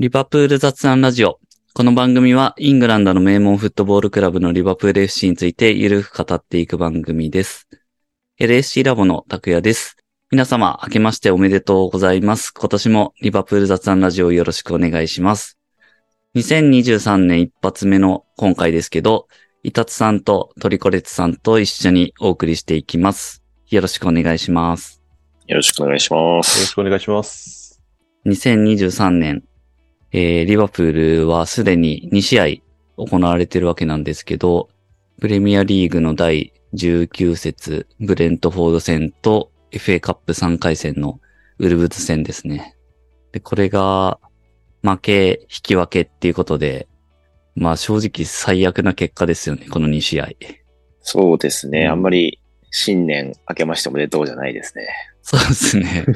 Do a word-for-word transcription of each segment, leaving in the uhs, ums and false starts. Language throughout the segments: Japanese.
リバプール雑談ラジオ。この番組はイングランドの名門フットボールクラブのリバプール エフシー についてゆるく語っていく番組です。エルエスシー ラボの拓也です。皆様、明けましておめでとうございます。今年もリバプール雑談ラジオをよろしくお願いします。にせんにじゅうさんねん一発目の今回ですけど、イタツさんとトリコレツさんと一緒にお送りしていきます。よろしくお願いします。 よろしくお願いします。 よろしくお願いします。 にせんにじゅうさんねん、えー、リバプールはすでににしあい行われているわけなんですけど、プレミアリーグのだいじゅうきゅう節、ブレントフォード戦と エフエー カップさんかい戦のウルブズ戦ですね。で、これが負け、引き分けっていうことで、まあ正直最悪な結果ですよね、このにしあい。 そうですね、 うん、 あんまり新年明けましておめでとうじゃないですね。 そうですね。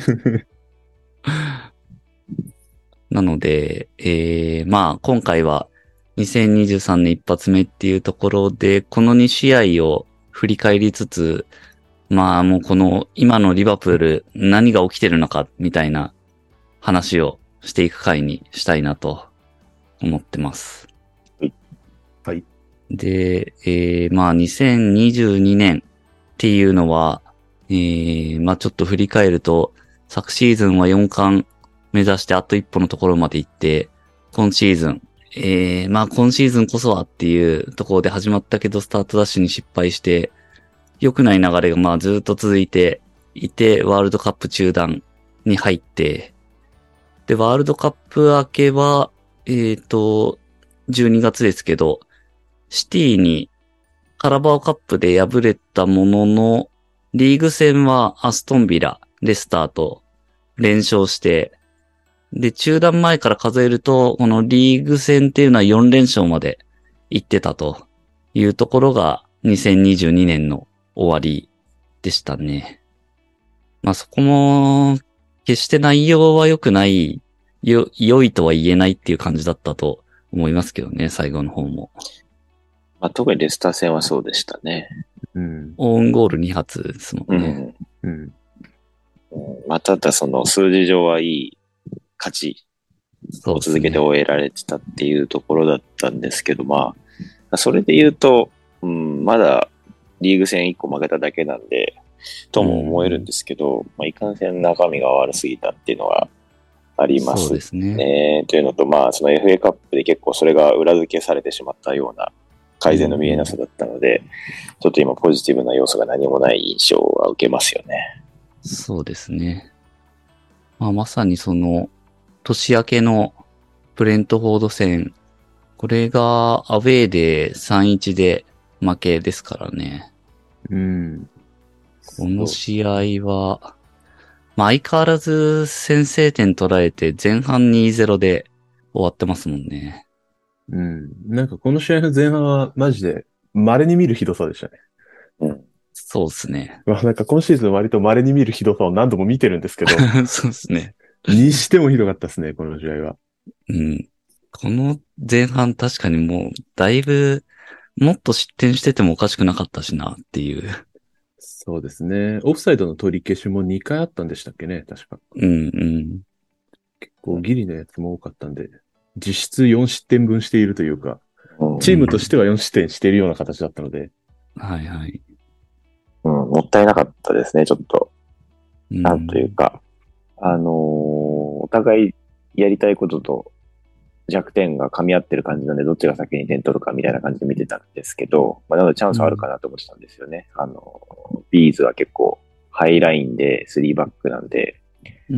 なので、えー、まあ今回はにせんにじゅうさんねん一発目っていうところで、このにしあいを振り返りつつ、まあもうこの今のリバプール何が起きてるのかみたいな話をしていく回にしたいなと思ってます。 はい。 で、えー、まあにせんにじゅうにねんっていうのは、えー、まあちょっと振り返ると、昨シーズンはよんかん目指してあと一歩のところまで行って、今シーズン、えー、まあ今シーズンこそはっていうところで始まったけど、スタートダッシュに失敗して、良くない流れがまあずっと続いていて、ワールドカップ中断に入って、で、ワールドカップ明けは、えっと、じゅうにがつですけど、シティにカラバオカップで敗れたものの、リーグ戦はアストンビラ、レスターと連勝して、で、中断前から数えると、このリーグ戦っていうのはよんれんしょうまで行ってたというところがにせんにじゅうにねんの終わりでしたね。まあそこも、決して内容は良くない、よ、良いとは言えないっていう感じだったと思いますけどね、最後の方も。 まあ、特にレスター戦はそうでしたね。 うん。 オウンゴールに発ですもんね。 うん。 うん。 まあ、ただその数字上はいい勝ちを続けて終えられてたっていうところだったんですけど、まあ、それで言うと、うん、まだリーグ戦いっこ負けただけなんで、とも思えるんですけど、うん、まあ、いかんせん中身が悪すぎたっていうのはありますね。 そうですね。というのと、まあ、その エフエー カップで結構それが裏付けされてしまったような改善の見えなさだったので、うん、ちょっと今ポジティブな要素が何もない印象は受けますよね。 そうですね。まあ、まさにその、年明けのブレントフォード戦、これがアウェーで さんたいいち で負けですからね。 うん。 この試合は、まあ相変わらず先制点取られて前半 にたいゼロ で終わってますもんね。 うん。なんかこの試合の前半はマジで稀に見るひどさでしたね。 うん。 そうですね。 まあなんか今シーズン割と稀に見るひどさを何度も見てるんですけど。 そうですね。 にしてもひどかったですね、この試合は。 うん。この前半確かにもうだいぶもっと失点しててもおかしくなかったしなっていう。 そうですね。オフサイドの取り消しもにかいあったんでしたっけね、確か。 うんうん。 結構ギリのやつも多かったんで、実質よんしってんぶんしているというか、チームとしてはよんしってんしているような形だったので。 はいはい。 うん、もったいなかったですね、ちょっと。なんというか、あのー、お互いやりたいことと弱点が噛み合ってる感じなんで、どっちが先に点取るかみたいな感じで見てたんですけど、まあ、なのでチャンスはあるかなと思ってたんですよね。うん、あの、ビーズは結構ハイラインでスリーバックなんで、 うん、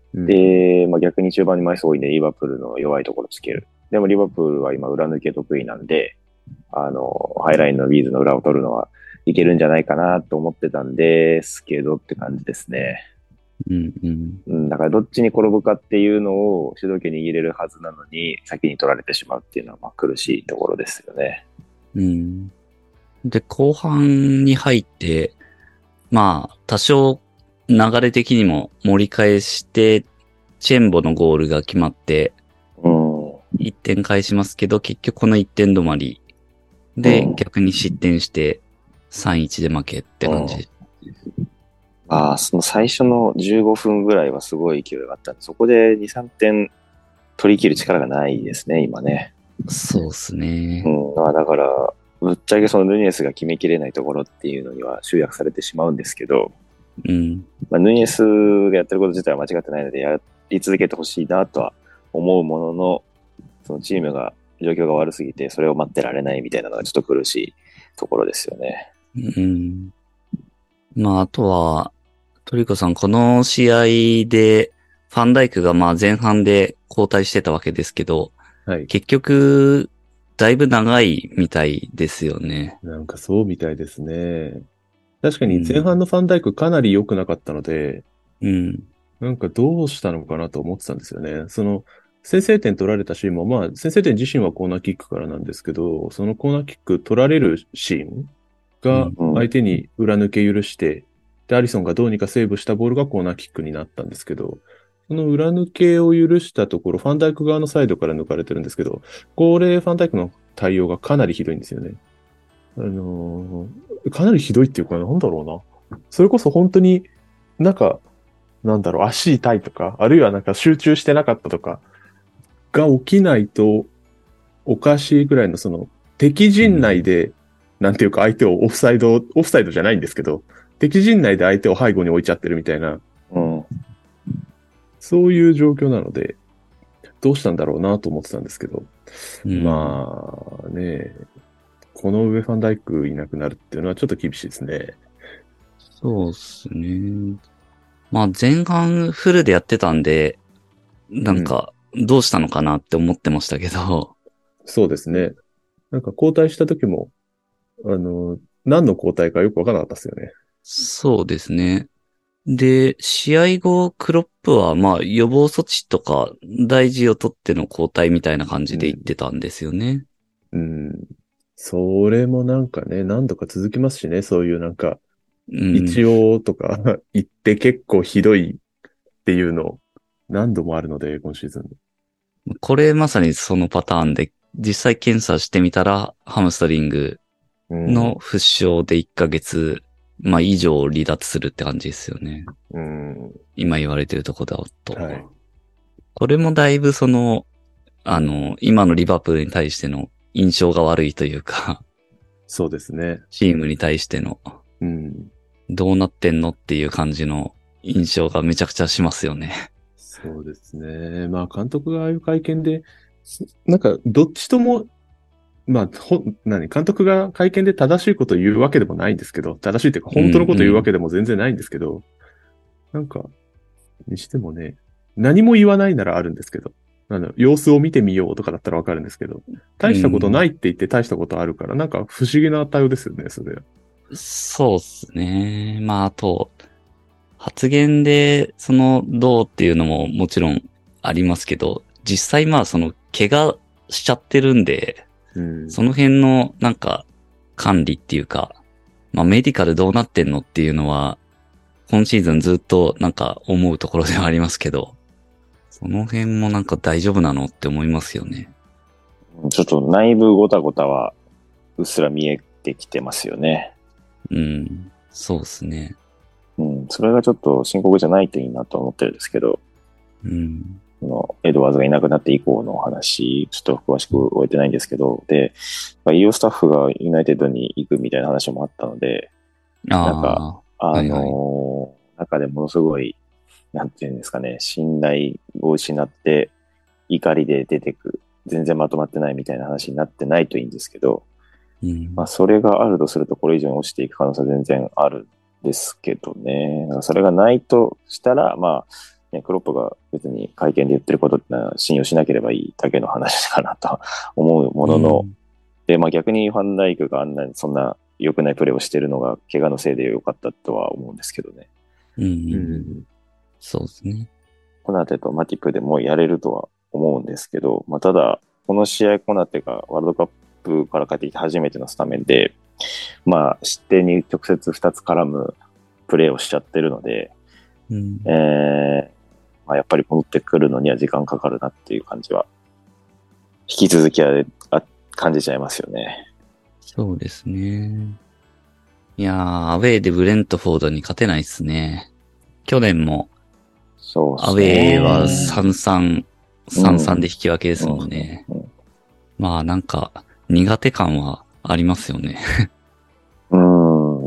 で、まあ、逆に中盤に枚数多いんで、リバプールの弱いところつける。でもリバプールは今裏抜け得意なんで、あの、ハイラインのビーズの裏を取るのはいけるんじゃないかなと思ってたんですけどって感じですね。 うんうんうん、だからどっちに転ぶかっていうのを主導権握れるはずなのに先に取られてしまうっていうのはまあ苦しいところですよね。 うん。で、後半に入って、まあ、多少流れ的にも盛り返して、チェンボのゴールが決まって、 うん、 いってん返しますけど、結局このいってん止まりで、うん、逆に失点して、さんたいいちで負けって感じ。 うん、ああ、その最初のじゅうごふんぐらいはすごい勢いがあったんで、そこでに、さんてん取り切る力がないですね、今ね。 そうですね。 うん。まあだから、ぶっちゃけそのヌニエスが決めきれないところっていうのには集約されてしまうんですけど、 うん。 まあ、ヌニエスがやってること自体は間違ってないので、やり続けてほしいなとは思うものの、そのチームが、状況が悪すぎて、それを待ってられないみたいなのがちょっと苦しいところですよね。 うん。まあ、あとは、トリコさん、この試合で、ファンダイクがまあ前半で交代してたわけですけど、 はい。 結局、だいぶ長いみたいですよね。 なんかそうみたいですね。確かに前うん。 半のファンダイクかなり良くなかったので、 うん。 なんかどうしたのかなと思ってたんですよね。その、先制点取られたシーンも、まあ、先制点自身はコーナーキックからなんですけど、そのコーナーキック取られるシーンがうん相手に裏抜け許して、で、アリソンがどうにかセーブしたボールがコーナーキックになったんですけど、その裏抜けを許したところ、ファンダイク側のサイドから抜かれてるんですけど、これ、ファンダイクの対応がかなりひどいんですよね。あのーかなりひどいっていうか、なんだろうな。それこそ本当になんか、なんだろう、足痛いとか、あるいはなんか集中してなかったとか、が起きないとおかしいぐらいのその、敵陣内で、なんていうか相手をオフサイド、オフサイドじゃないんですけど、敵陣内で相手を背後に置いちゃってるみたいな、 うん。 そういう状況なので、どうしたんだろうなと思ってたんですけど、 うんまあね、この上ファンダイクいなくなるっていうのはちょっと厳しいですね。 そうっすね。まあ前半フルでやってたんで、なんか、どうしたのかなって思ってましたけど、 そうですね。なんか交代した時も、あの、何の交代かよくわからなかったですよね。 そうですね。で、試合後、クロップは、まあ、予防措置とか、大事を取っての交代みたいな感じで言ってたんですよね。 うん。それもなんかね、何度か続きますしね、そういうなんか、 うん。 一応とか言って結構ひどいっていうの何度もあるので、今シーズン。 これまさにそのパターンで、実際検査してみたら、ハムストリングうん。 の負傷でいっかげつ、まあ以上離脱するって感じですよね。 うん。 今言われてるとこだと。 はい。 これもだいぶその、あの、今のリバプールに対しての印象が悪いというか、 そうですね。 チームに対しての、 うん。 どうなってんのっていう感じの印象がめちゃくちゃしますよね。 そうですね。まあ、監督がああいう会見で、なんか、どっちとも、まあ、ほ、何、監督が会見で正しいことを言うわけでもないんですけど、正しいというか、本当のことを言うわけでも全然ないんですけど、なんか、にしてもね、何も言わないならあるんですけど、あの、様子を見てみようとかだったらわかるんですけど、大したことないって言って大したことあるから、なんか不思議な対応ですよね、それ。 そうっすね。まあ、あと、発言で、その、どうっていうのももちろんありますけど、実際まあ、その、怪我しちゃってるんで、 うん。 その辺の、なんか、管理っていうか、まあ、メディカルどうなってんのっていうのは、今シーズンずっとなんか思うところではありますけど、その辺もなんか大丈夫なのって思いますよね。 ちょっと内部ごたごたはうっすら見えてきてますよね。 うん。そうですね。 うん。それがちょっと深刻じゃないといいなと思ってるんですけど、 うん。 このエドワーズがいなくなって以降のお話、ちょっと詳しく終えてないんですけど、で、イーオー スタッフがユナイテッドに行くみたいな話もあったので、なんか、 ああ、 あのーはいはい中でものすごい、なんていうんですかね、信頼を失って怒りで出てく、全然まとまってないみたいな話になってないといいんですけど、 うんまあ、それがあるとするとこれ以上に落ちていく可能性は全然あるんですけどね。だからそれがないとしたら、まあ、ね、クロップが別に会見で言ってることってのは信用しなければいいだけの話かなと思うものの、 うんで、まあ逆にファンダイクがあんなにそんな良くないプレーをしてるのが怪我のせいで良かったとは思うんですけどね。 うんうんうん。 そうですね。 コナテとマティプでもやれるとは思うんですけど、まあただ、この試合コナテがワールドカップから帰ってきて初めてのスタメンで、まあ失点に直接ふたつ絡むプレーをしちゃってるので、 うんえーまあ、やっぱり戻ってくるのには時間かかるなっていう感じは、引き続きはあ感じちゃいますよね。 そうですね。いやー、アウェーでブレントフォードに勝てないっすね。去年も、 そうアウですね。 ェーはさんさんさんさんで引き分けですもんね。 うんうん、 まあなんか苦手感はありますよね。 うん、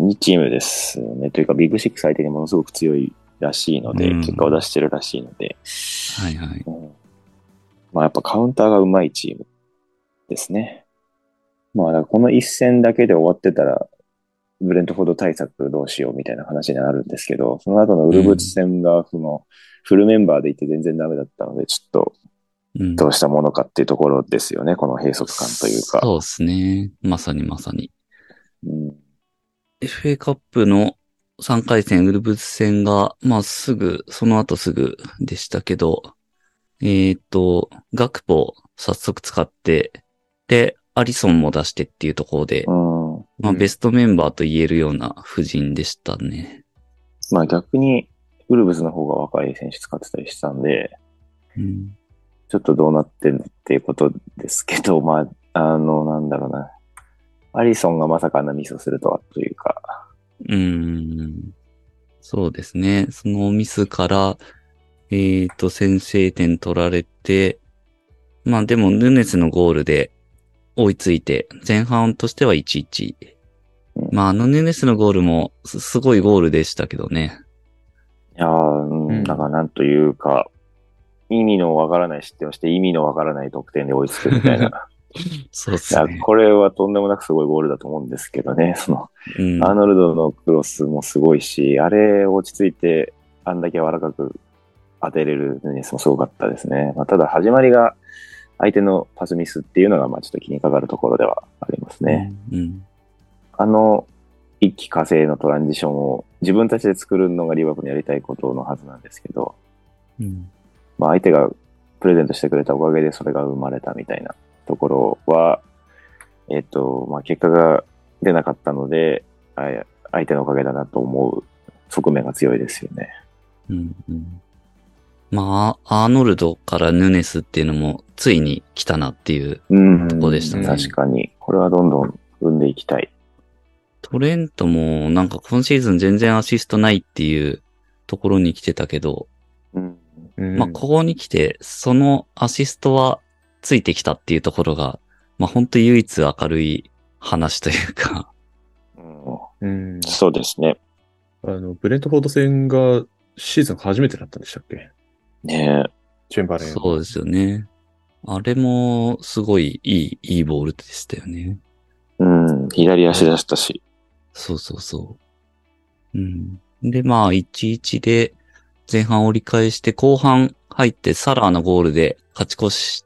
いいチームですね。というかビッグシックス相手にものすごく強いらしいので、うん、結果を出してるらしいので。 はいはい。 うん、まあやっぱカウンターがうまいチームですね。まあこの一戦だけで終わってたら、ブレントフォード対策どうしようみたいな話になるんですけど、その後のウルブツ戦がそのフルメンバーでいて全然ダメだったので、ちょっとどうしたものかっていうところですよね、この閉塞感というか。 そうですね。まさにまさに。 うん、 エフエー カップのさんかい戦ウルブツ戦が、まあすぐ、その後すぐでしたけど、えっと、ガクポ早速使って、で、アリソンも出してっていうところで、 うん、 まあベストメンバーと言えるような布陣でしたね。 まあ逆に、ウルブズの方が若い選手使ってたりしたんで、 うん、 ちょっとどうなってんのっていうことですけど、まあ、あの、なんだろうな。アリソンがまさかあんなミスをするとはというか。 うーん。そうですね。そのミスから、えっと、先制点取られて、まあでも、ヌネスのゴールで追いついて、前半としてはいちいち。うん、まあ、あのヌネスのゴールもす、すごいゴールでしたけどね。 いやー、うん、だからなんというか、意味のわからない失点をして意味のわからない得点で追いつくみたいな。 そうですね。 これはとんでもなくすごいゴールだと思うんですけどね。その、うん、アーノルドのクロスもすごいし、あれ落ち着いて、あんだけ柔らかく当てれるヌネスもすごかったですね。まあ、ただ始まりが相手のパスミスっていうのがまあちょっと気にかかるところではありますね。 うんうん、 あの一気火星のトランジションを自分たちで作るのがリバプールのやりたいことのはずなんですけど、 うん、 まあ相手がプレゼントしてくれたおかげでそれが生まれたみたいなところは、えっと、まあ結果が出なかったので、相手のおかげだなと思う側面が強いですよね。 うんうん、まあ、アーノルドからヌネスっていうのもついに来たなっていうところでしたね。 確かに。これはどんどん生んでいきたい。 トレントもなんか今シーズン全然アシストないっていうところに来てたけど、 うんまあここに来てそのアシストはついてきたっていうところが、まあ本当唯一明るい話というか。 うん、そうですね。 あの、ブレントフォード戦がシーズン初めてだったんでしたっけ？ ねえ。 チェンバレン。 そうですよね。あれもすごいいい、いいボールでしたよね。 うん、左足出したし。 そうそうそう。うん。で、まあ、いちいちで前半折り返して後半入ってサラーのゴールで勝ち越して、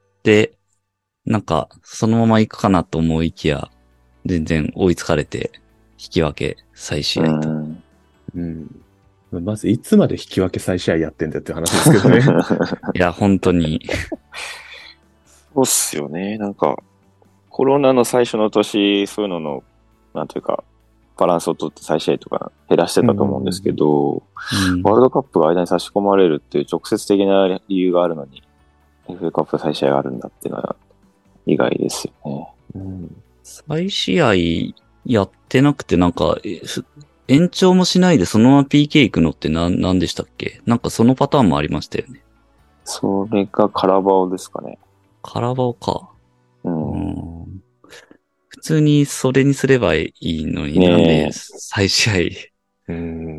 なんかそのまま行くかなと思いきや、全然追いつかれて引き分け再試合と。 うんうんまずいつまで引き分け再試合やってんだっていう話ですけどね。 いや、本当に。 そうっすよね。なんか、コロナの最初の年、そういうのの、なんというか、バランスを取って再試合とか減らしてたと思うんですけど、うん、ワールドカップが間に差し込まれるっていう直接的な理由があるのに、エフエー カップ再試合があるんだっていうのは意外ですよね。 うん、再試合やってなくてなんか、延長もしないでそのまま ピーケー 行くのって何、何でしたっけ？なんかそのパターンもありましたよね。 それがカラバオですかね。 カラバオか。 うん。 うん普通にそれにすればいいのに、なんで再試合、 うん、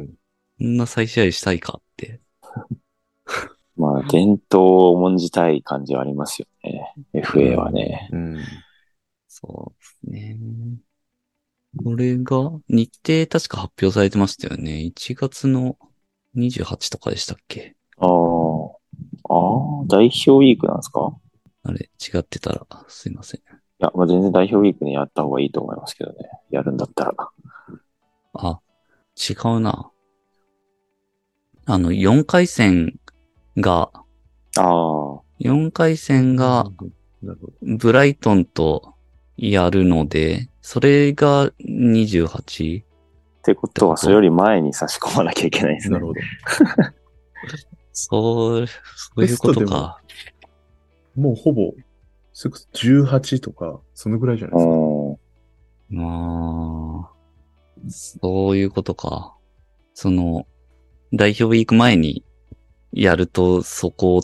こんな再試合したいかって。 まあ、伝統を重んじたい感じはありますよね。エフエー はね。 うんうん、そうですね。これが、日程確か発表されてましたよね。いちがつのにじゅうはちとかでしたっけ？ ああ、ああ、代表ウィークなんですか？ あれ、違ってたらすいません。 いや、まあ、全然代表ウィークにやった方がいいと思いますけどね。やるんだったら。 あ、違うな。あの、よんかい戦が、 ああ。 よんかい戦が、ブライトンとやるので、それがにじゅうはち？ ってことは、それより前に差し込まなきゃいけないですね。 なるほど。 そう、そういうことか。 もうほぼ、じゅうはちとか、そのぐらいじゃないですか。 ああ、そういうことか。その、代表ウィーク前にやると、そこ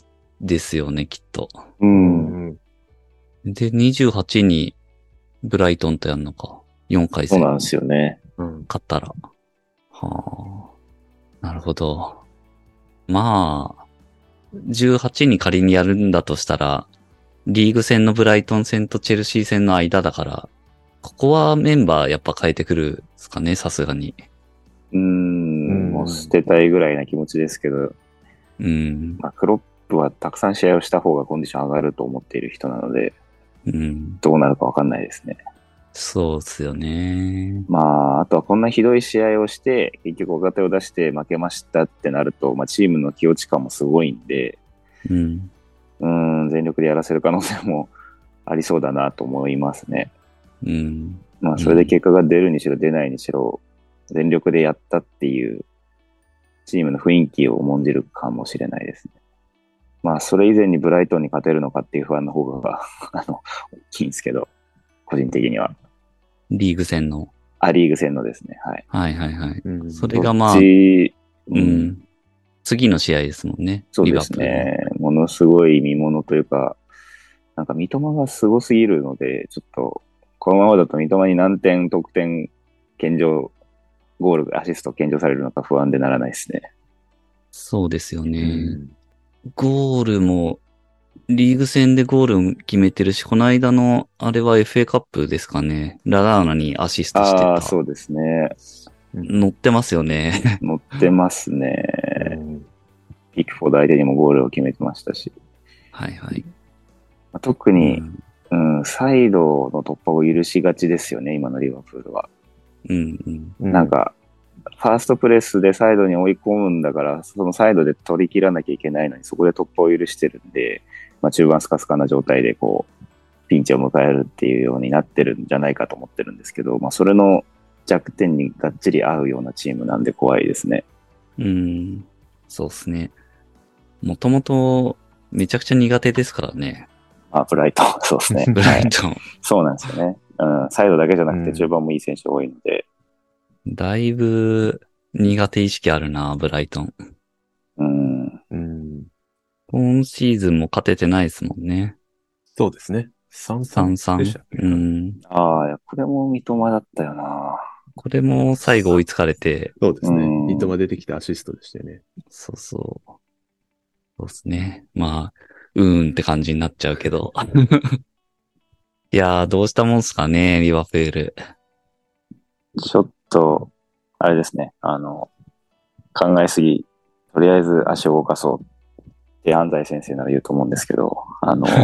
ですよね、きっと。 う。 うんん。 で、にじゅうはちにブライトンとやるのか。よんかい戦。 そうなんですよね。 うん。 勝ったら。はあ。なるほど。まあ、じゅうはちに仮にやるんだとしたら、リーグ戦のブライトン戦とチェルシー戦の間だから、ここはメンバーやっぱ変えてくるんですかね、さすがに。 うーん、もう捨てたいぐらいな気持ちですけど、 うん。 まあ、クロップはたくさん試合をした方がコンディション上がると思っている人なので、 うん。 どうなるかわかんないですね。 そうっすよね。 まあ、あとはこんなひどい試合をして、結局若手を出して負けましたってなると、まあ、チームの気落ち感もすごいんで、 うん。 うーん、全力でやらせる可能性もありそうだなと思いますね。 うん。 まあ、それで結果が出るにしろ出ないにしろ、全力でやったっていうチームの雰囲気を重んじるかもしれないですね。まあ、それ以前にブライトンに勝てるのかっていう不安の方が、あの、大きいんですけど、個人的には。 リーグ戦の。 アリーグ戦のですね、はい。 はいはいはい。 うん。 それがまあ、 どっちう。ん。次の試合ですもんね。 そうですね。ものすごい見物というか、なんか三笘がすごすぎるので、ちょっと、このままだと三笘に何点得点、献上、ゴール、アシスト献上されるのか不安でならないですね。 そうですよね。 うん。 ゴールも、リーグ戦でゴール決めてるし、この間の、あれは エフエー カップですかね。ララーナにアシストしてた。 ああ、そうですね。 乗ってますよね。 乗ってますね。 うんピックフォード相手にもゴールを決めてましたし。 はいはい。 特に、 うんうん、サイドの突破を許しがちですよね、今のリバプールは。 うんうん。 うん。 なんか、ファーストプレスでサイドに追い込むんだから、そのサイドで取り切らなきゃいけないのに、そこで突破を許してるんで、まあ、中盤スカスカな状態でこう、ピンチを迎えるっていうようになってるんじゃないかと思ってるんですけど、まあ、それの弱点にがっちり合うようなチームなんで怖いですね。 うん。そうですね。もともと、めちゃくちゃ苦手ですからね。 あ、ブライトン、そうですね。 ブラはい、 イトン。 そうなんですよね。うん、サイドだけじゃなくうんて中盤もいい選手多いので、 だいぶ苦手意識あるな、ブライトン。 うん、 うん。 今シーズンも勝ててないですもんね。 そうですね。さんさんさんさん。 でしたっけう。ん。 ああ、いやこれも三笘だったよな。 これも最後追いつかれて、 そうですね。 うん三笘出てきたアシストでしたよね。 そうそう。そうですね。まあ、うーんって感じになっちゃうけど。いやー、どうしたもんすかね、リバプール。 ちょっと、あれですね、あの、考えすぎ、とりあえず足を動かそうって安西先生なら言うと思うんですけど、あの、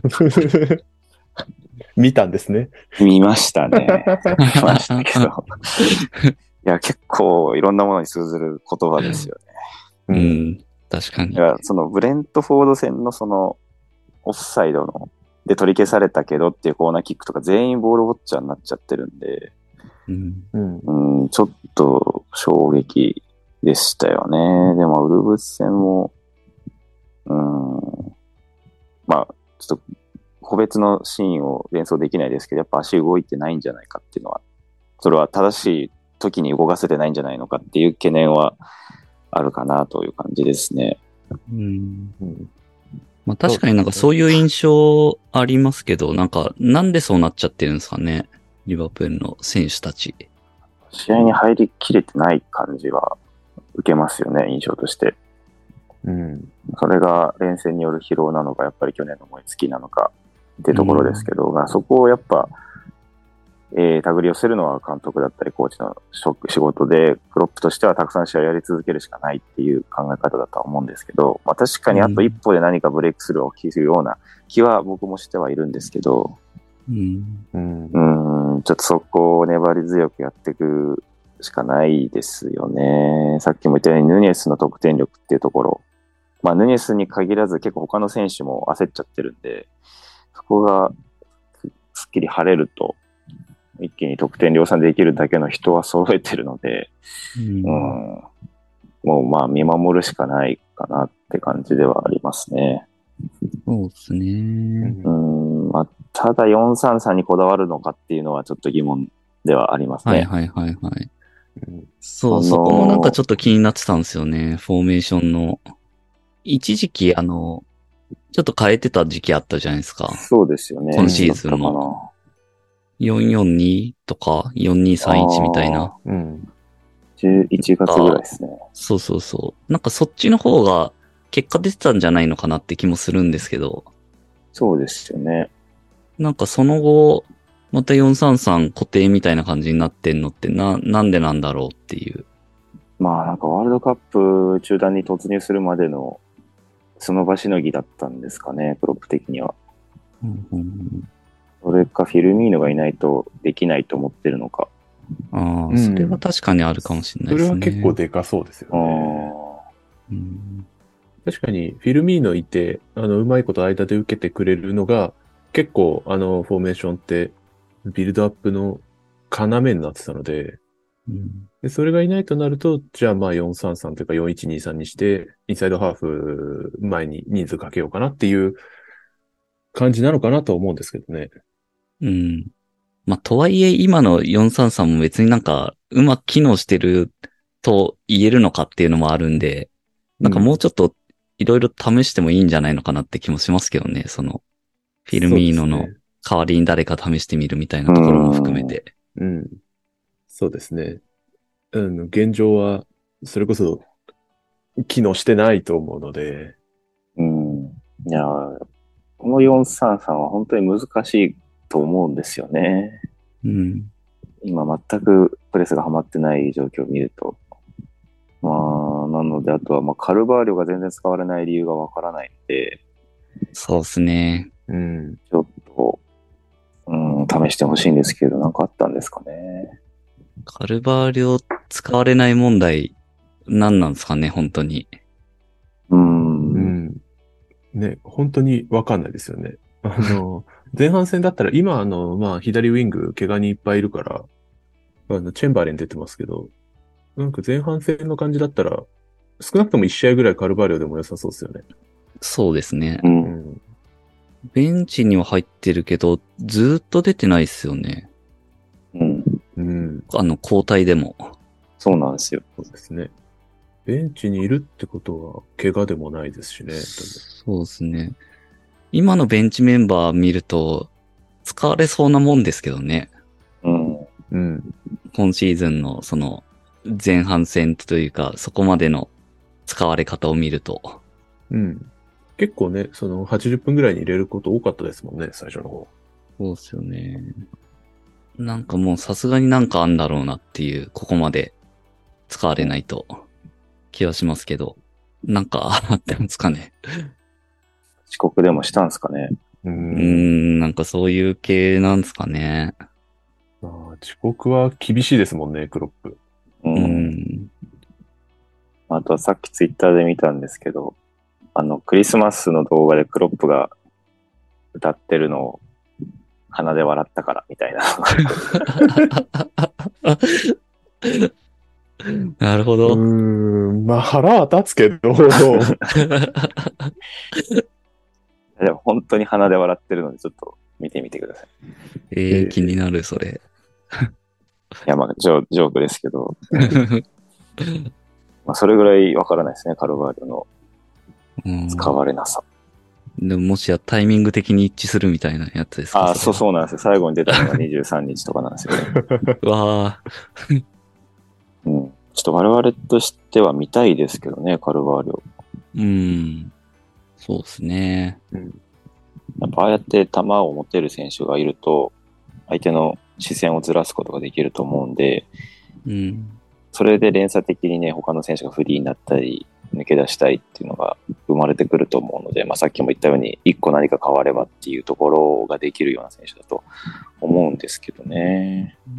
見たんですね。 見ましたね。見ましたけど。いや、結構いろんなものに通ずる言葉ですよね。 う。ん、確かにだ。から、そのブレントフォード戦のその、オフサイドの、で取り消されたけどっていうコーナーキックとか全員ボールウォッチャーになっちゃってるんで、 うん、 うん。 うん、ちょっと衝撃でしたよね。でも、ウルブス戦も、うん、まあ、ちょっと個別のシーンを連想できないですけど、やっぱ足動いてないんじゃないかっていうのは、それは正しい時に動かせてないんじゃないのかっていう懸念はあるかなという感じですね。 うん。 うんまあ確かになんかそういう印象ありますけど、なんかなんでそうなっちゃってるんですかね。リバプールの選手たち。 試合に入りきれてない感じは受けますよね、印象として。 うん。 それが連戦による疲労なのか、やっぱり去年の燃え尽きなのかってところですけど、まあそこをやっぱ、えー、手繰り寄せるのは監督だったりコーチの仕事で、クロップとしてはたくさん試合をやり続けるしかないっていう考え方だとは思うんですけど、まあ確かにあと一歩で何かブレイクスルーを起きるような気は僕もしてはいるんですけど、 うん。 うん。 うーん、ちょっとそこを粘り強くやっていくしかないですよね。さっきも言ったようにヌニエスの得点力っていうところ、まあヌニエスに限らず結構他の選手も焦っちゃってるんで、そこがすっきり晴れると、一気に得点量産できるだけの人は揃えてるので、 うんうん、もうまあ見守るしかないかなって感じではありますね。 そうですね。 うん、まあ、ただよんさんさんにこだわるのかっていうのはちょっと疑問ではありますね。 はいはいはいはい。 うんそう、 あのーそこもなんかちょっと気になってたんですよね。フォーメーションの。一時期あの、 ちょっと変えてた時期あったじゃないですか。 そうですよね。 今シーズンだったかも。よんよんにとかよんにさんいちみたいな。 うん。 じゅういちがつぐらいですね。 そうそうそう。なんかそっちの方が結果出てたんじゃないのかなって気もするんですけど、 そうですよね。 なんかその後、またよんさんさん固定みたいな感じになってんのってな、なんでなんだろうっていう。 まあなんかワールドカップ中断に突入するまでのその場しのぎだったんですかね、クロップ的には。 うんうん、 それかフィルミーノがいないとできないと思ってるのか。 ああ、 うんそれは確かにあるかもしれないですね。 それは結構でかそうですよあね。 ーうん確かに、フィルミーノいて、あの、うまいこと間で受けてくれるのが、結構、あの、フォーメーションって、ビルドアップの要になってたので、 うんで、それがいないとなると、じゃあまあよんさんさんというかよんいちにさんにして、インサイドハーフ前に人数かけようかなっていう感じなのかなと思うんですけどね。 うんまあ、とはいえ今のよんさんさんも別になんかうまく機能してると言えるのかっていうのもあるんで、なんかもうちょっといろいろ試してもいいんじゃないのかなって気もしますけどね。その、フィルミーノの代わりに誰か試してみるみたいなところも含めて。 うん。そうですね。うん、現状は、それこそ、機能してないと思うので。 うん。いやー、このよんさんさんは本当に難しいと思うんですよね。 うん。 今全くプレスがはまってない状況を見ると。まあ、なので、あとは、まあ、カルバーリョが全然使われない理由がわからないので、 そうですね。 うん。 ちょっと、うん、試してほしいんですけど、なんかあったんですかね。 カルバーリョ使われない問題、何なんですかね、本当に。 う。 うんん。ね、本当にわかんないですよね。あの、前半戦だったら、今、あの、まあ、左ウィング、怪我にいっぱいいるから、あの、チェンバーレン出てますけど、なんか前半戦の感じだったら、少なくともいち試合ぐらいカルバーリョでも良さそうですよね。 そうですね。 う。 うんん。 ベンチには入ってるけど、ずーっと出てないですよね。 うん。 うん。 あの、交代でも。 そうなんですよ。 そうですね。ベンチにいるってことは、怪我でもないですしね。 そうですね。今のベンチメンバー見ると、使われそうなもんですけどね。 うん。 うん。 今シーズンのその前半戦というか、そこまでの使われ方を見ると。 うん。結構ね、そのはちじゅっぷんぐらいに入れること多かったですもんね、最初の方。 そうですよね。なんかもうさすがになんかあんだろうなっていう、ここまで使われないと気はしますけど。なんかあってますかね。 遅刻でもしたんですかね。 ううーん、なんかそういう系なんですかね。 まあ、遅刻は厳しいですもんね、クロップ。 う。 うんん。 あとはさっきツイッターで見たんですけど、あの、クリスマスの動画でクロップが歌ってるのを鼻で笑ったからみたいな。 なるほうーど。 ん、まあ腹は立つけど、 でも本当に鼻で笑ってるのでちょっと見てみてください。 えー、気になる、それ。 いや、まあジョ、ジョークですけど、まあ、それぐらいわからないですね、カルバーリョのうん使われなさ。 でももしやタイミング的に一致するみたいなやつですか？ ああ、そうう。 そうなんですよ。最後に出たのがにじゅうさんにちとかなんですよね。 わうん。ちょっと我々としては見たいですけどね、カルバーリョ。 ー。うん。そうですね。 やっぱああやって球を持てる選手がいると、相手の視線をずらすことができると思うんで、 うん。 それで連鎖的にね、他の選手がフリーになったり、抜け出したいっていうのが生まれてくると思うので、まあ、さっきも言ったように、一個何か変わればっていうところができるような選手だと思うんですけどね。 うん。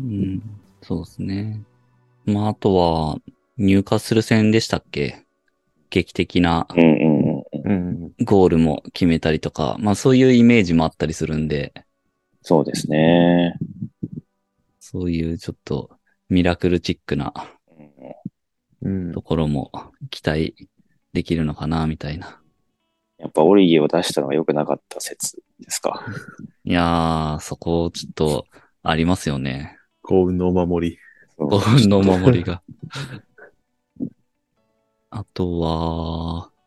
そうですね。まあ、あとは、入荷する戦でしたっけ？劇的なうんうんうん。 うん。 ゴールも決めたりとか、まあそういうイメージもあったりするんで、 そうですね。 そういうちょっとミラクルチックなうんと。ころも期待できるのかな、みたいな。 やっぱオリギを出したのが良くなかった説ですか。 いやー、そこちょっとありますよね。 幸運のお守り。 そう幸運のお守りが。あとは、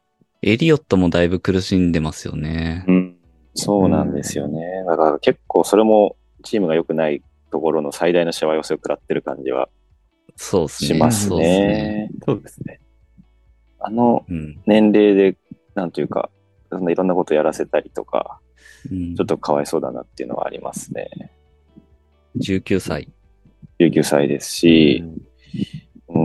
エリオットもだいぶ苦しんでますよね。 うん。そうなんですよね。だから結構それもチームが良くないところの最大のしわ寄せを食らってる感じはそうですね。 しますそうですね。 ね。 そうですね。 あのうん。 年齢で、なんというか、そんないろんなことやらせたりとか、 うんちょっとかわいそうだなっていうのはありますね。 じゅうきゅうさい。 じゅうきゅうさいですし、うん、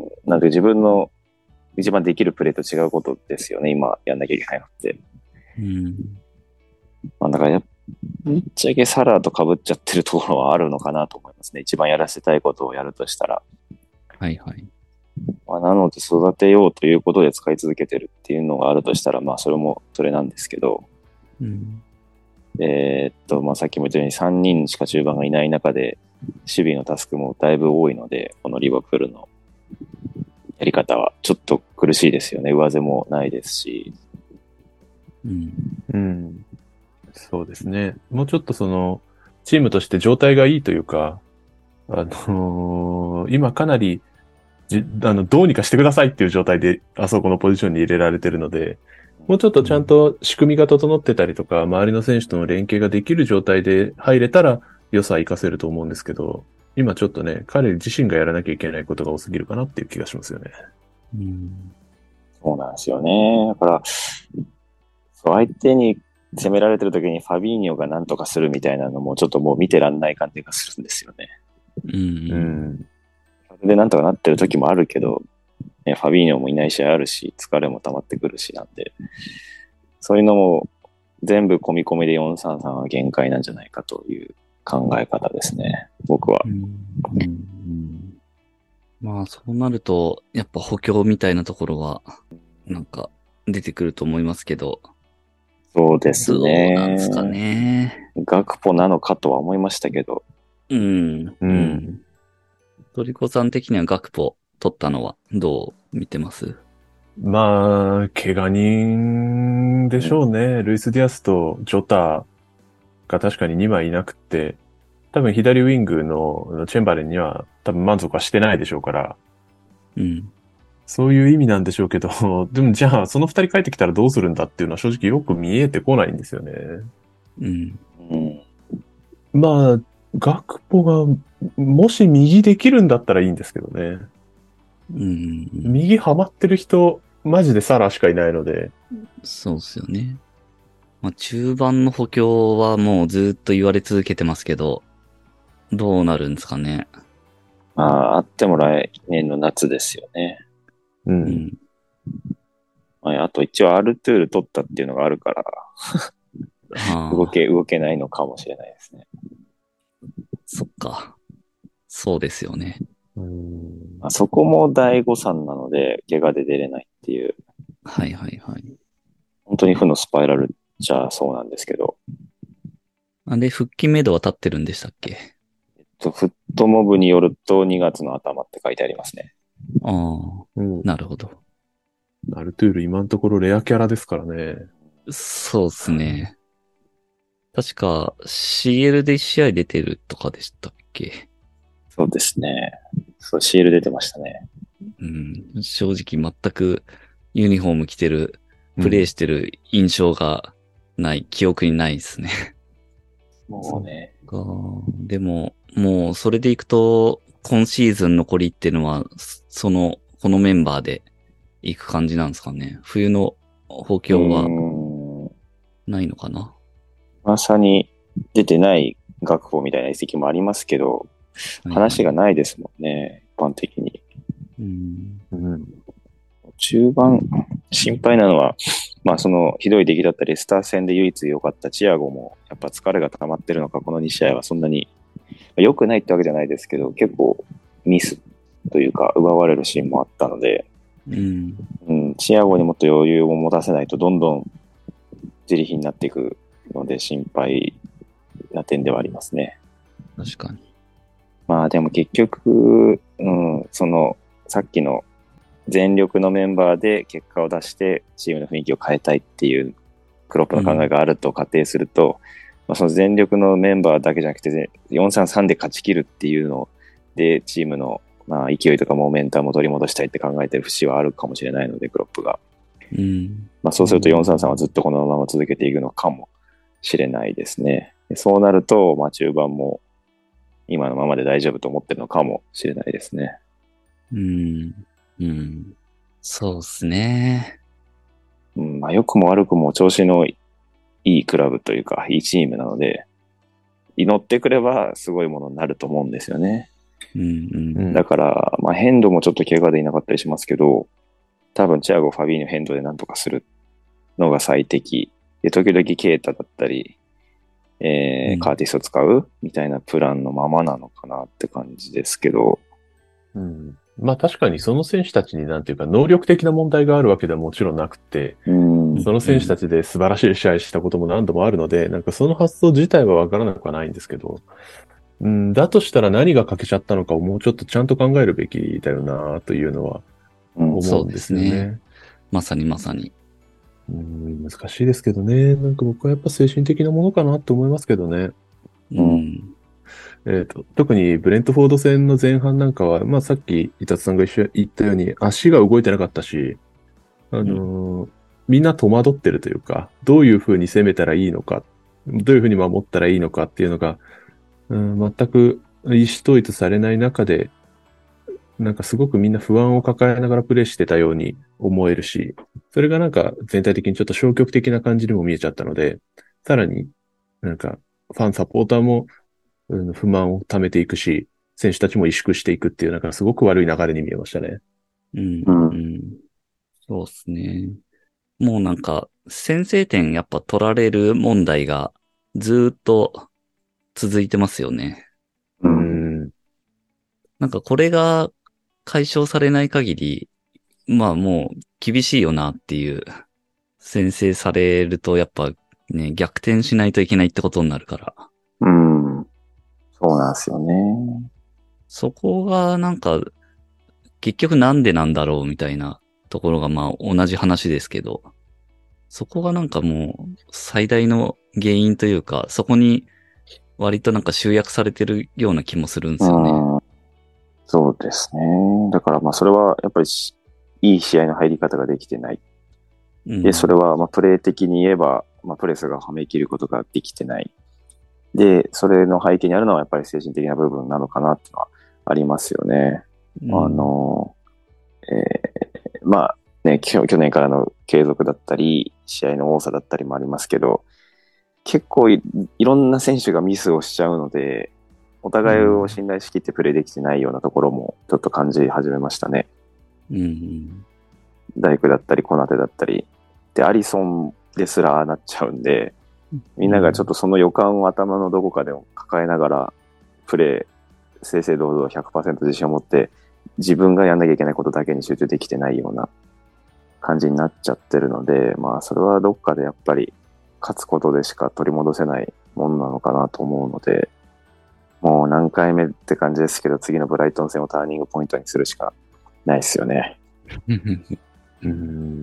なんで自分の一番できるプレーと違うことですよね、今やんなきゃいけないのって。 うん。 まあ、だからやっぶっちゃけサラーと被っちゃってるところはあるのかなと思いますね。一番やらせたいことをやるとしたら。 はいはい。 まあ、なので育てようということで使い続けてるっていうのがあるとしたら、まあそれもそれなんですけど、 うん。 えーっと、まあさっきも言ったようにさんにんしか中盤がいない中で、守備のタスクもだいぶ多いので、このリバプールのやり方はちょっと苦しいですよね。上背もないですし。 うん。 うん。そうですね。もうちょっとその、チームとして状態がいいというか、あのー今かなりじ、あの、どうにかしてくださいっていう状態で、あそこのポジションに入れられてるので、もうちょっとちゃんと仕組みが整ってたりとか、周りの選手との連携ができる状態で入れたら、良さは活かせると思うんですけど、今ちょっとね、彼自身がやらなきゃいけないことが多すぎるかなっていう気がしますよね。 うん。 そうなんですよね。だから、そう相手に攻められてる時にファビーニョが何とかするみたいなのもちょっともう見てらんない感じがするんですよね。 う。 うんん。 それでなんとかなってる時もあるけど、ね、ファビーニョもいない試合あるし、疲れも溜まってくるしなんで、そういうのも全部込み込みでよんさんさんは限界なんじゃないかという考え方ですね、僕は。 うん。うんうんまあそうなると、やっぱ補強みたいなところは、なんか出てくると思いますけど、 そうですどうね。 なんですかね。 ガクポなのかとは思いましたけど、 うん。 ううんん。トリコさん的にはガクポ取ったのはどう見てます？ まあ、怪我人でしょうね。ルイス・ディアスとジョタが確かににまいいなくって、多分左ウィングのチェンバレンには多分満足はしてないでしょうから、 うん。 そういう意味なんでしょうけど、でもじゃあその二人帰ってきたらどうするんだっていうのは正直よく見えてこないんですよね。 うん。 うん、 まあ、ガクポがもし右できるんだったらいいんですけどね。 うん。 右ハマってる人、マジでサラしかいないので、 そうっすよね。まあ中盤の補強はもうずっと言われ続けてますけど、どうなるんですかね。 まあ、あっても来年の夏ですよね。 う。 うんん。 まあ、あと一応アルトゥール取ったっていうのがあるから、 ああ、 動け、動けないのかもしれないですね。 そっか。そうですよね。 うんまあ、そこも大誤算なので、怪我で出れないっていう、 はいはいはい。 本当に負のスパイラルじゃそうなんですけど、 あれ、復帰目処は立ってるんでしたっけ？ フットモブによるとにがつの頭って書いてありますね。 ああ、 うん。 なるほど。 アルトゥール今のところレアキャラですからね。 そうっすね。確か シーエル でいち試合出てるとかでしたっけ？ そうですね。そう、シール出てましたね。 うん、正直全くユニフォーム着てる、プレイしてる印象がない、記憶にないですね。 もうね、 かでも、もうそれでいくと、今シーズン残りっていうのは、その、このメンバーで行く感じなんですかね。冬の補強はうーんないのかな。 まさに出てない学校みたいな遺跡もありますけど、話がないですもんね、一般的に。 うん。 うん。 中盤、心配なのは、まあそのひどい出来だったレスター戦で唯一良かったチアゴも、やっぱ疲れが溜まってるのか、このに試合はそんなに良くないってわけじゃないですけど、結構ミスというか奪われるシーンもあったので、 うん。 うん、チアゴにもっと余裕を持たせないとどんどん自利品になっていくので心配な点ではありますね。 確かに。 まあでも結局、うん、そのさっきの全力のメンバーで結果を出してチームの雰囲気を変えたいっていうクロップの考えがあると仮定すると、うんまあ、その全力のメンバーだけじゃなくてよんさんさんで勝ち切るっていうのでチームのまあ勢いとかモメンタムを取り戻したいって考えてる節はあるかもしれないのでクロップが。 うん。 まあそうするとよんさんさんはずっとこのまま続けていくのかもしれないですね。そうなると、まあ中盤も今のままで大丈夫と思ってるのかもしれないですね。 うん。うん。そうですね。 うん、まあ良くも悪くも調子のいいクラブというか、いいチームなので、祈ってくればすごいものになると思うんですよね。 うんうん。 だから、まあヘンドもちょっと怪我でいなかったりしますけど、多分チアゴ、ファビーニョ、ヘンドでなんとかするのが最適。で、時々ケータだったり、えーうんカーティスを使うみたいなプランのままなのかなって感じですけど、 うん。まあ確かにその選手たちになんていうか能力的な問題があるわけではもちろんなくて、 うん、 その選手たちで素晴らしい試合したことも何度もあるので、なんかその発想自体はわからなくはないんですけど、うん、だとしたら何が欠けちゃったのかをもうちょっとちゃんと考えるべきだよなというのはうん、 思うんですよね。 そうですねまさにまさに。 うん、難しいですけどね。なんか僕はやっぱ精神的なものかなと思いますけどね。 うん。 えーと、特にブレントフォード戦の前半なんかは、まあさっき伊達さんが一緒言ったように足が動いてなかったし、あのーみんな戸惑ってるというか、どういう風に攻めたらいいのか、どういう風に守ったらいいのかっていうのが、うん、全く意思統一されない中で、なんかすごくみんな不安を抱えながらプレイしてたように思えるし、それがなんか全体的にちょっと消極的な感じにも見えちゃったので、さらになんかファンサポーターも、うん、不満を溜めていくし、選手たちも萎縮していくっていうなんかすごく悪い流れに見えましたね。 うん。 うんうん。そうですね。もうなんか、先制点やっぱ取られる問題がずーっと続いてますよね。 う、 うんん。 なんかこれが解消されない限り、まあもう厳しいよなっていう、先制されるとやっぱね、逆転しないといけないってことになるから。 うん、そうなんですよね。 そこがなんか、結局なんでなんだろうみたいなところがまあ同じ話ですけど、そこがなんかもう最大の原因というか、そこに割となんか集約されてるような気もするんですよね。 うん、そうですね。だからまあそれはやっぱりしいい試合の入り方ができてない。 うん、 で、それはまあプレー的に言えば、まあ、プレスがはめ切ることができてない。で、それの背景にあるのはやっぱり精神的な部分なのかなっていうのはありますよね。 うん、 あの、えーまあね、去去年からの継続だったり、試合の多さだったりもありますけど、結構い、いろんな選手がミスをしちゃうので、お互いを信頼しきってプレーできてないようなところもちょっと感じ始めましたね。 うん、 大工だったり、コナテだったり。で、アリソンですらなっちゃうんで、みんながちょっとその予感を頭のどこかでも抱えながら、プレー、正々堂々ひゃくパーセント自信を持って、自分がやんなきゃいけないことだけに集中できてないような感じになっちゃってるので、まあそれはどっかでやっぱり勝つことでしか取り戻せないものなのかなと思うので、もう何回目って感じですけど、次のブライトン戦をターニングポイントにするしかないですよね。 うん。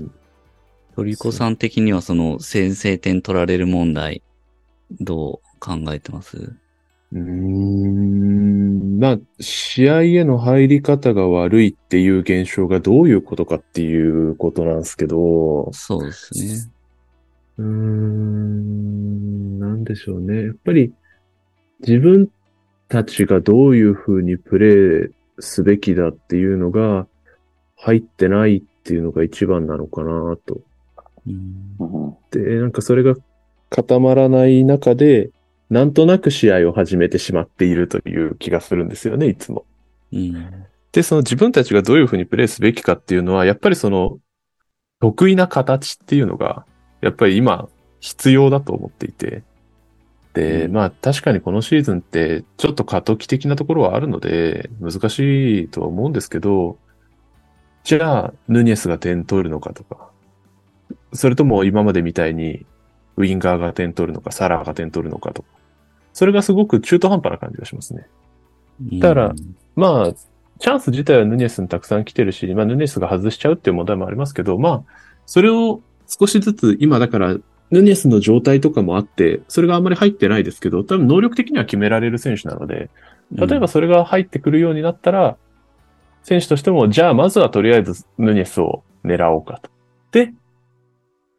トリコさん的にはその先制点取られる問題、どう考えてます？ うーん。まあ、試合への入り方が悪いっていう現象がどういうことかっていうことなんですけど、 そうですね。 うーん、なんでしょうね。やっぱり自分たちがどういうふうにプレイすべきだっていうのが入ってないっていうのが一番なのかなと。 うんうん、 で、なんかそれが固まらない中で、なんとなく試合を始めてしまっているという気がするんですよね、いつも。 うんで、その自分たちがどういうふうにプレイすべきかっていうのは、やっぱりその得意な形っていうのが、やっぱり今必要だと思っていて。で、 うんまあ確かにこのシーズンってちょっと過渡期的なところはあるので、難しいとは思うんですけど、じゃあ、ヌニェスが点取るのかとか、それとも今までみたいにウィンガーが点取るのか、サラーが点取るのかとか、それがすごく中途半端な感じがしますね。だからまあ、チャンス自体はヌニェスにたくさん来てるし、まあ、ヌニェスが外しちゃうっていう問題もありますけど、まあ、それを少しずつ、今だから、ヌニェスの状態とかもあって、それがあんまり入ってないですけど、多分能力的には決められる選手なので、例えばそれが入ってくるようになったら、選手としても、じゃあまずはとりあえずヌニェスを狙おうかと。で、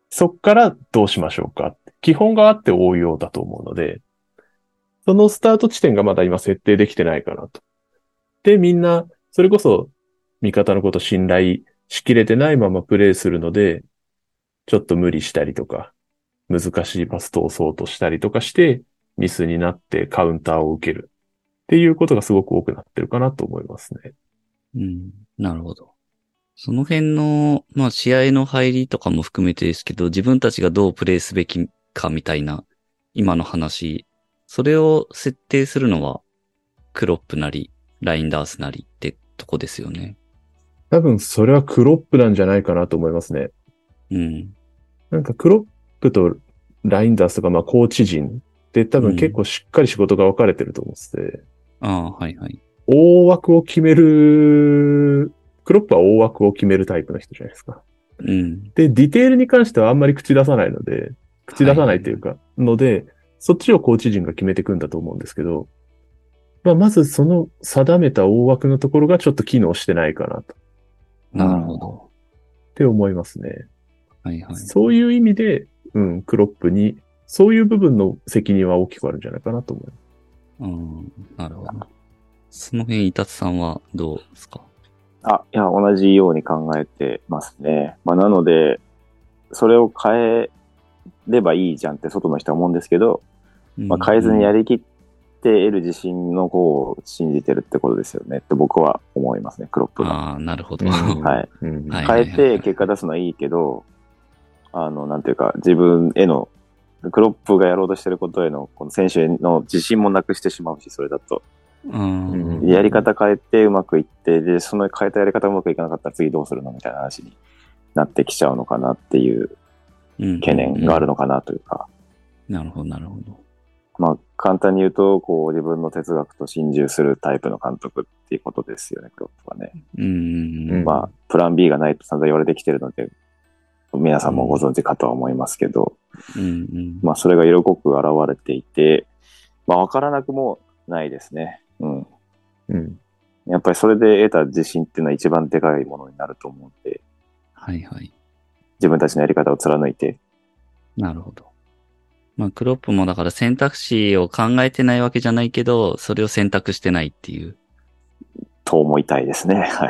そっからどうしましょうか。基本があって応用だと思うので、そのスタート地点がまだ今設定できてないかなと。で、みんな、それこそ味方のこと信頼しきれてないままプレイするので、ちょっと無理したりとか、難しいパス通そうとしたりとかして、ミスになってカウンターを受けるっていうことがすごく多くなってるかなと思いますね。 うん。なるほど。その辺の、まあ試合の入りとかも含めてですけど、自分たちがどうプレイすべきかみたいな、今の話、それを設定するのは、クロップなり、ラインダースなりってとこですよね。 多分それはクロップなんじゃないかなと思いますね。 うん。 なんかクロップとラインダースとか、まあコーチ陣って多分結構しっかり仕事が分かれてると思ってて、 ああ、はいはい。 大枠を決める、クロップは大枠を決めるタイプの人じゃないですか。 うん。 で、ディテールに関してはあんまり口出さないので、口出さないというか、ので、そっちをコーチ陣が決めていくんだと思うんですけど、まあ、まずその定めた大枠のところがちょっと機能してないかなと。 なるほど。 って思いますね。 はいはい。 そういう意味で、うん、クロップに、そういう部分の責任は大きくあるんじゃないかなと思います。 うん、なるほど。その辺、イタツさんはどうですか？ あ、いや、同じように考えてますね。まあ、なので、それを変えればいいじゃんって外の人は思うんですけど、まあ、変えずにやりきって得る自信の方を信じてるってことですよねって僕は思いますね、クロップが。 ああ、なるほど。 うんはい。 うんはい変えて結果出すのはいいけど、あの、なんていうか、自分への、クロップがやろうとしてることへの、この選手への自信もなくしてしまうし、それだと。 うんやり方変えてうまくいって、で、その変えたやり方うまくいかなかったら次どうするのみたいな話になってきちゃうのかなっていう懸念があるのかなというか。 なるほど、なるほど。 まあ、簡単に言うと、こう、自分の哲学と心中するタイプの監督っていうことですよね、クロップはね。 うん。 まあ、プラン B がないと散々言われてきてるので、皆さんもご存知かとは思いますけど、 うんうん、 まあ、それが色濃く現れていて、まあ、わからなくもないですね。うん。 うん。 やっぱりそれで得た自信っていうのは一番でかいものになると思うんで、 はいはい。 自分たちのやり方を貫いて。 なるほど。まあ、クロップもだから選択肢を考えてないわけじゃないけど、それを選択してないっていう。 と思いたいですね。はい。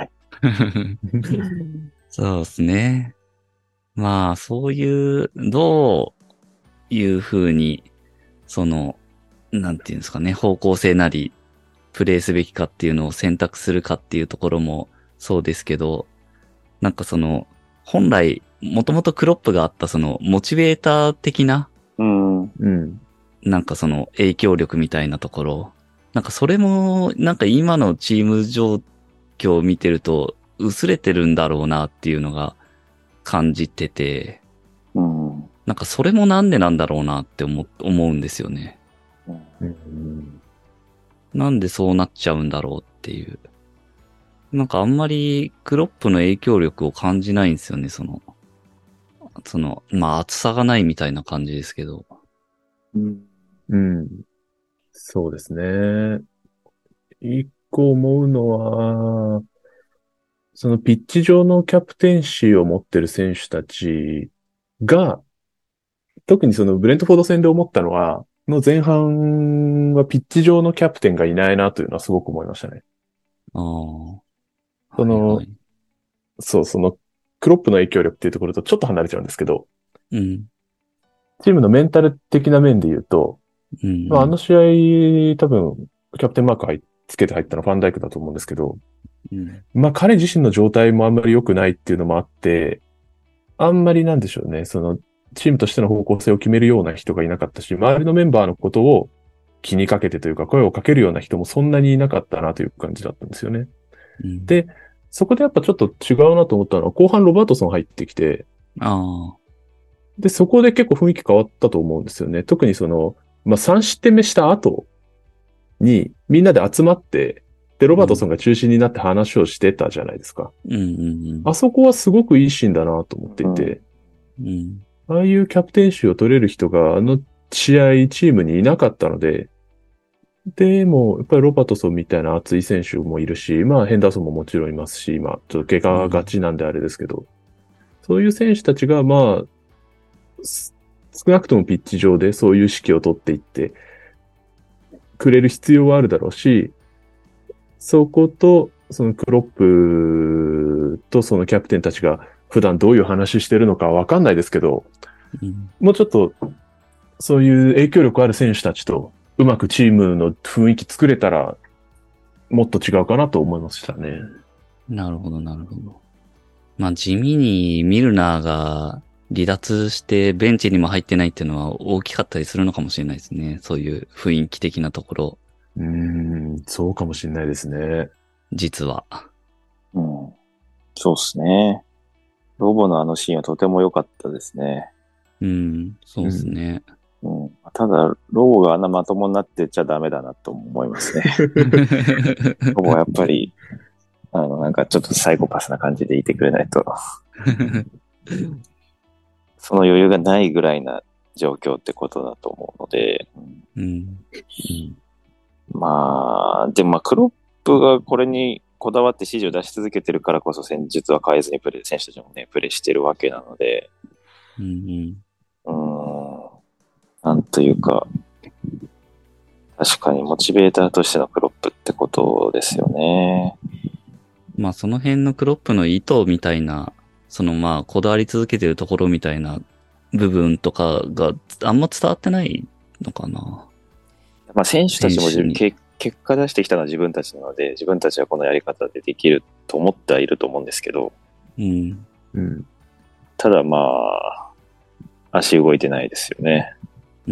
そうですね。まあ、そういう、どういうふうに、その、なんていうんですかね、方向性なり、プレイすべきかっていうのを選択するかっていうところもそうですけど、なんかその、本来、もともとクロップがあったその、モチベーター的な、 うん。 うん。 なんかその、影響力みたいなところ、なんかそれも、なんか今のチーム状況を見てると、薄れてるんだろうなっていうのが感じてて、 うん。 なんかそれもなんでなんだろうなって思、思うんですよね。 うん。 なんでそうなっちゃうんだろうっていう。なんかあんまりクロップの影響力を感じないんですよね、その。その、まあ厚さがないみたいな感じですけど。 うん。 うん。そうですね。一個思うのは、そのピッチ上のキャプテンシーを持ってる選手たちが、特にそのブレントフォード戦で思ったのは、の前半はピッチ上のキャプテンがいないなというのはすごく思いましたね。 ああ。 その、 はいはい、 そう、そのクロップの影響力っていうところとちょっと離れちゃうんですけど、 うん。 チームのメンタル的な面で言うと、 うん。 まあ、あの試合多分キャプテンマーク入つけて入ったのファンダイクだと思うんですけど、 うん、 まあ彼自身の状態もあんまり良くないっていうのもあって、あんまりなんでしょうね、そのチームとしての方向性を決めるような人がいなかったし、周りのメンバーのことを気にかけてというか声をかけるような人もそんなにいなかったなという感じだったんですよね。 うん、 で、そこでやっぱちょっと違うなと思ったのは後半ロバートソン入ってきて、 ああ。 で、そこで結構雰囲気変わったと思うんですよね。特にその、まあ、さん失点目した後にみんなで集まって、で、ロバートソンが中心になって話をしてたじゃないですか。 うんうんうん、 あそこはすごくいいシーンだなと思っていて、 うん、 ああいうキャプテンシーを取れる人があの試合チームにいなかったので、でも、やっぱりロバートソンみたいな熱い選手もいるし、まあヘンダーソンももちろんいますし、まあちょっと怪我がちなんであれですけど、うん、そういう選手たちがまあ、 す少なくともピッチ上でそういう指揮を取っていってくれる必要はあるだろうし、そこと、そのクロップとそのキャプテンたちが普段どういう話してるのかわかんないですけど、 うん、 もうちょっとそういう影響力ある選手たちとうまくチームの雰囲気作れたらもっと違うかなと思いましたね。 なるほど、なるほど。まあ地味にミルナーが離脱してベンチにも入ってないっていうのは大きかったりするのかもしれないですね。そういう雰囲気的なところ。 うーん、そうかもしれないですね。 実は。 うん。そうですね。ロボのあのシーンはとても良かったですね。 うん、そうですね。 うん。ただ、ロボがあんなまともになってちゃダメだなと思いますね。ロボはやっぱり、あの、なんかちょっとサイコパスな感じでいてくれないと、その余裕がないぐらいな状況ってことだと思うので、 うん、 まあ、でもまあ、クロップがこれにこだわって指示を出し続けてるからこそ戦術は変えずにプレー、選手たちもね、プレーしてるわけなので、 うん、 うーん、なんというか、確かにモチベーターとしてのクロップってことですよね。 まあその辺のクロップの意図みたいな、そのまあこだわり続けてるところみたいな部分とかがあんま伝わってないのかな。 まあ選手たちも自分選手にけ結果出してきたのは自分たちなので、自分たちはこのやり方でできると思ってはいると思うんですけど、 うん。 うん。 ただまあ、足動いてないですよね。 うん。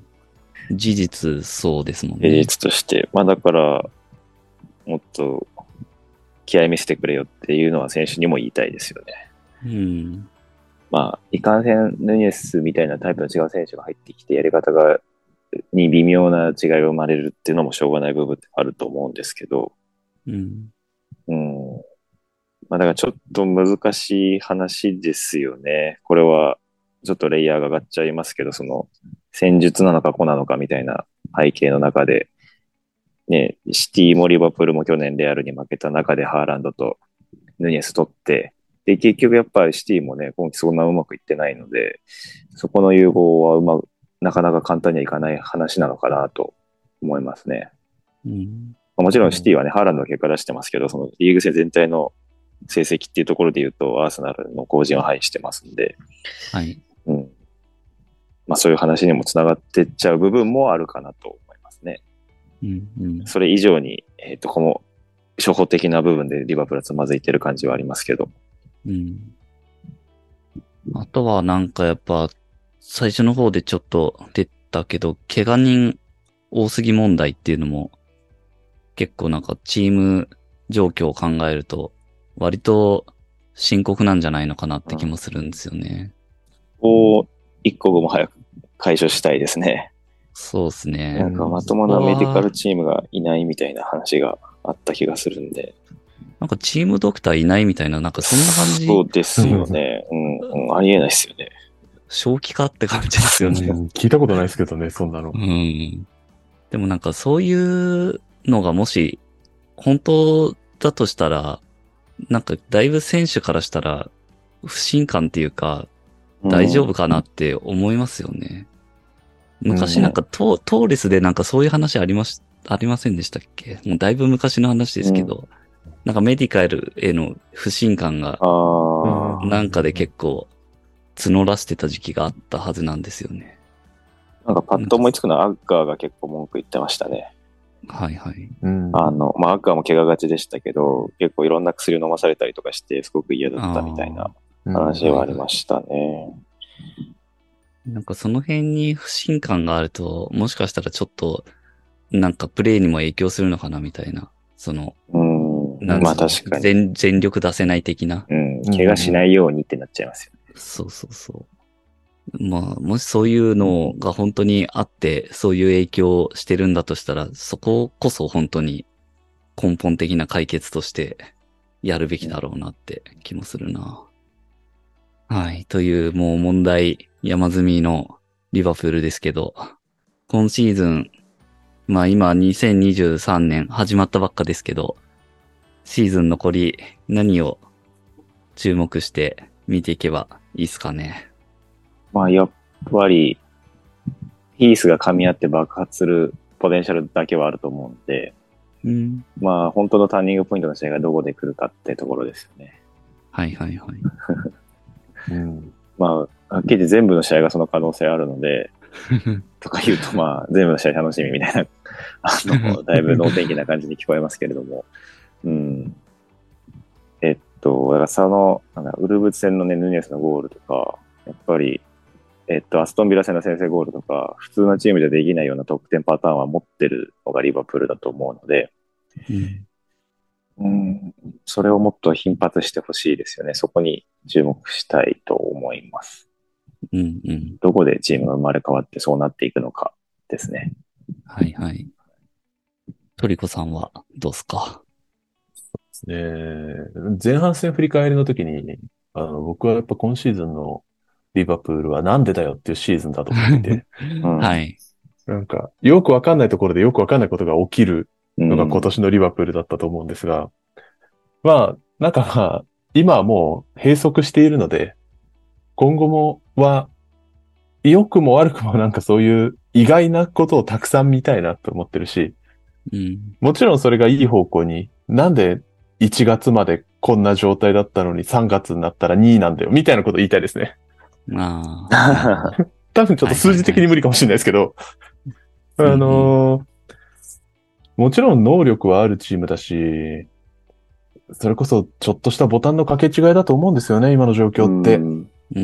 事実そうですもんね。 事実として。まあだから、もっと気合い見せてくれよっていうのは選手にも言いたいですよね。 うん。 まあ、いかんせんヌニエスみたいなタイプの違う選手が入ってきて、やり方が、に微妙な違いが生まれるっていうのもしょうがない部分ってあると思うんですけど、 うん。 うん。まあだからちょっと難しい話ですよね。これは、ちょっとレイヤーが上がっちゃいますけど、その、戦術なのか子なのかみたいな背景の中で、ね、シティもリバプールも去年レアルに負けた中でハーランドとヌニエス取って、で、結局やっぱりシティもね、今季そんなうまくいってないので、そこの融合はうまく、なかなか簡単にはいかない話なのかなと思いますね。 うん。 もちろんシティはね、ハーランドの結果出してますけど、そのリーグ戦全体の成績っていうところで言うと、アーセナルの後陣を排してますんで、 はい。 うん。まあそういう話にもつながってっちゃう部分もあるかなと思いますね。 うん。うん。 それ以上に、えっと、この初歩的な部分でリバプールはつまずいてる感じはありますけど。 うん。あとはなんかやっぱ、最初の方でちょっと出たけど、怪我人多すぎ問題っていうのも、結構なんかチーム状況を考えると、割と深刻なんじゃないのかなって気もするんですよね。 を一刻も早く解消したいですね。 そうですね。 なんかまともなメディカルチームがいないみたいな話があった気がするんで。 なんかチームドクターいないみたいな、なんかそんな感じ。 そうですよね。うん、うん、ありえないですよね。 正気かって感じですよね。 うん聞いたことないですけどね、そんなのう。ん。でもなんかそういうのがもし本当だとしたら、なんかだいぶ選手からしたら不信感っていうか、大丈夫かなって思いますよね。昔なんかトー、トーレスでなんかそういう話ありまし、ありませんでしたっけ？もうだいぶ昔の話ですけど、うん、なんかメディカルへの不信感が、なんかで結構募らせてた時期があったはずなんですよね。 なんかパッと思いつくのはアッガーが結構文句言ってましたね。 はいはい。 うん、あの、まあ、アッガーも怪我がちでしたけど、結構いろんな薬を飲まされたりとかして、すごく嫌だったみたいな話はありましたね。 なんかその辺に不信感があると、もしかしたらちょっと、なんかプレイにも影響するのかなみたいな。その、 うん、なんまあ確かに全。全力出せない的な。 うん、怪我しないようにってなっちゃいますよね。 うん、そうそうそう。まあ、もしそういうのが本当にあって、そういう影響してるんだとしたら、そここそ本当に根本的な解決としてやるべきだろうなって気もするな。はい。という、もう問題山積みのリバプールですけど、今シーズン、まあ今にせんにじゅうさんねん始まったばっかですけど、シーズン残り何を注目して見ていけばいいですかね。 まあ、やっぱり、ピースが噛み合って爆発するポテンシャルだけはあると思うんで、 うん。 まあ、本当のターニングポイントの試合がどこで来るかってところですよね。 はいはいはい。 うん。 まあ、はっきり言って全部の試合がその可能性あるので、とか言うと、まあ、全部の試合楽しみみたいな、あの、だいぶ能天気な感じに聞こえますけれども、うん。えっと、だからその、なんだウルブツ戦のね、ヌニエスのゴールとか、やっぱり、えっと、アストンビラ戦の先制ゴールとか、普通のチームじゃできないような得点パターンは持ってるのがリバプールだと思うので、 うん、 うん、それをもっと頻発してほしいですよね。そこに注目したいと思います。 うんうん、 どこでチームが生まれ変わってそうなっていくのかですね。 はいはい。トリコさんはどうすか？ えー前半戦振り返りの時に、あの、僕はやっぱ今シーズンのリバプールはなんでだよっていうシーズンだと思っていて、 うん、 はい。 なんか、よくわかんないところでよくわかんないことが起きるのが今うん、 年のリバプールだったと思うんですが、まあ、なんかまあ、今はもう閉塞しているので、今後もは、良くも悪くもなんかそういう意外なことをたくさん見たいなと思ってるし、 うん、 もちろんそれがいい方向に、なんでいちがつまでこんな状態だったのにさんがつになったらにいなんだよ、みたいなことを言いたいですね。 ああ、なるほど。 多分ちょっと数字的に無理かもしれないですけど、 はいはいはい、 あのーもちろん能力はあるチームだし、それこそちょっとしたボタンの掛け違いだと思うんですよね、今の状況って。 うん、 うんうんうん。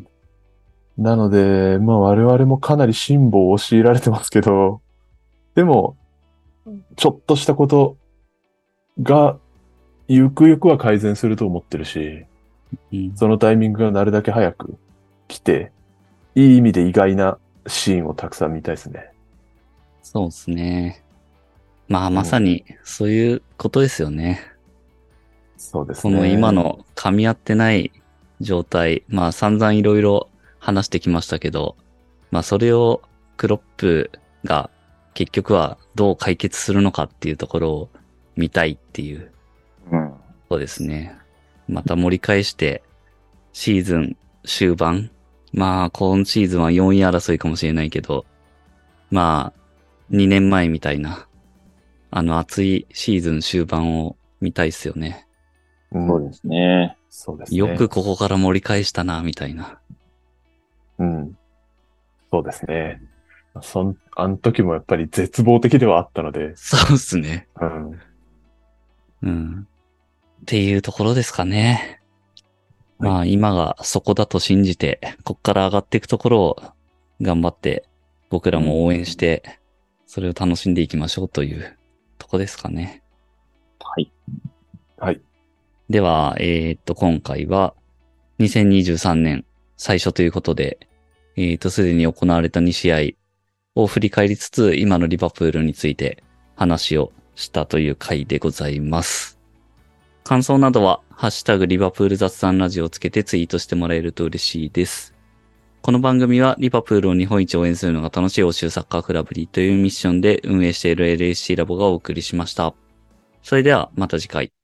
なので、まあ我々もかなり辛抱を強いられてますけど、でも、ちょっとしたことが、ゆくゆくは改善すると思ってるし、 うん、 そのタイミングがなるだけ早く来て、いい意味で意外なシーンをたくさん見たいですね。 そうですね。まあまさにそういうことですよね。 そうですこの今ね。 の噛み合ってない状態、まあ散々いろいろ話してきましたけど、まあそれをクロップが結局はどう解決するのかっていうところを見たいっていううん、 そうですね。また盛り返してシーズン終盤、まあ今シーズンはよんい争いかもしれないけど、まあにねんまえみたいなあの熱いシーズン終盤を見たいっすよね。 うんそうですね。 そうですね。 よくここから盛り返したな、みたいな。 うん。そうですね。そん、あの時もやっぱり絶望的ではあったので、 そうっすね。 うん。 うん。っていうところですかね。 はいまあ今がそこだと信じて、こっから上がっていくところを頑張って僕らも応援して、それを楽しんでいきましょうというとこですかね。 はい。 はい。 では、えーっと、今回はにせんにじゅうさんねん最初ということで、えーっと、すでに行われたに試合を振り返りつつ、今のリバプールについて話をしたという回でございます。感想などは、ハッシュタグリバプール雑談ラジオをつけてツイートしてもらえると嬉しいです。この番組はリバプールを日本一応援するのが楽しい欧州サッカークラブリーというミッションで運営している エルエスシー ラボがお送りしました。それではまた次回。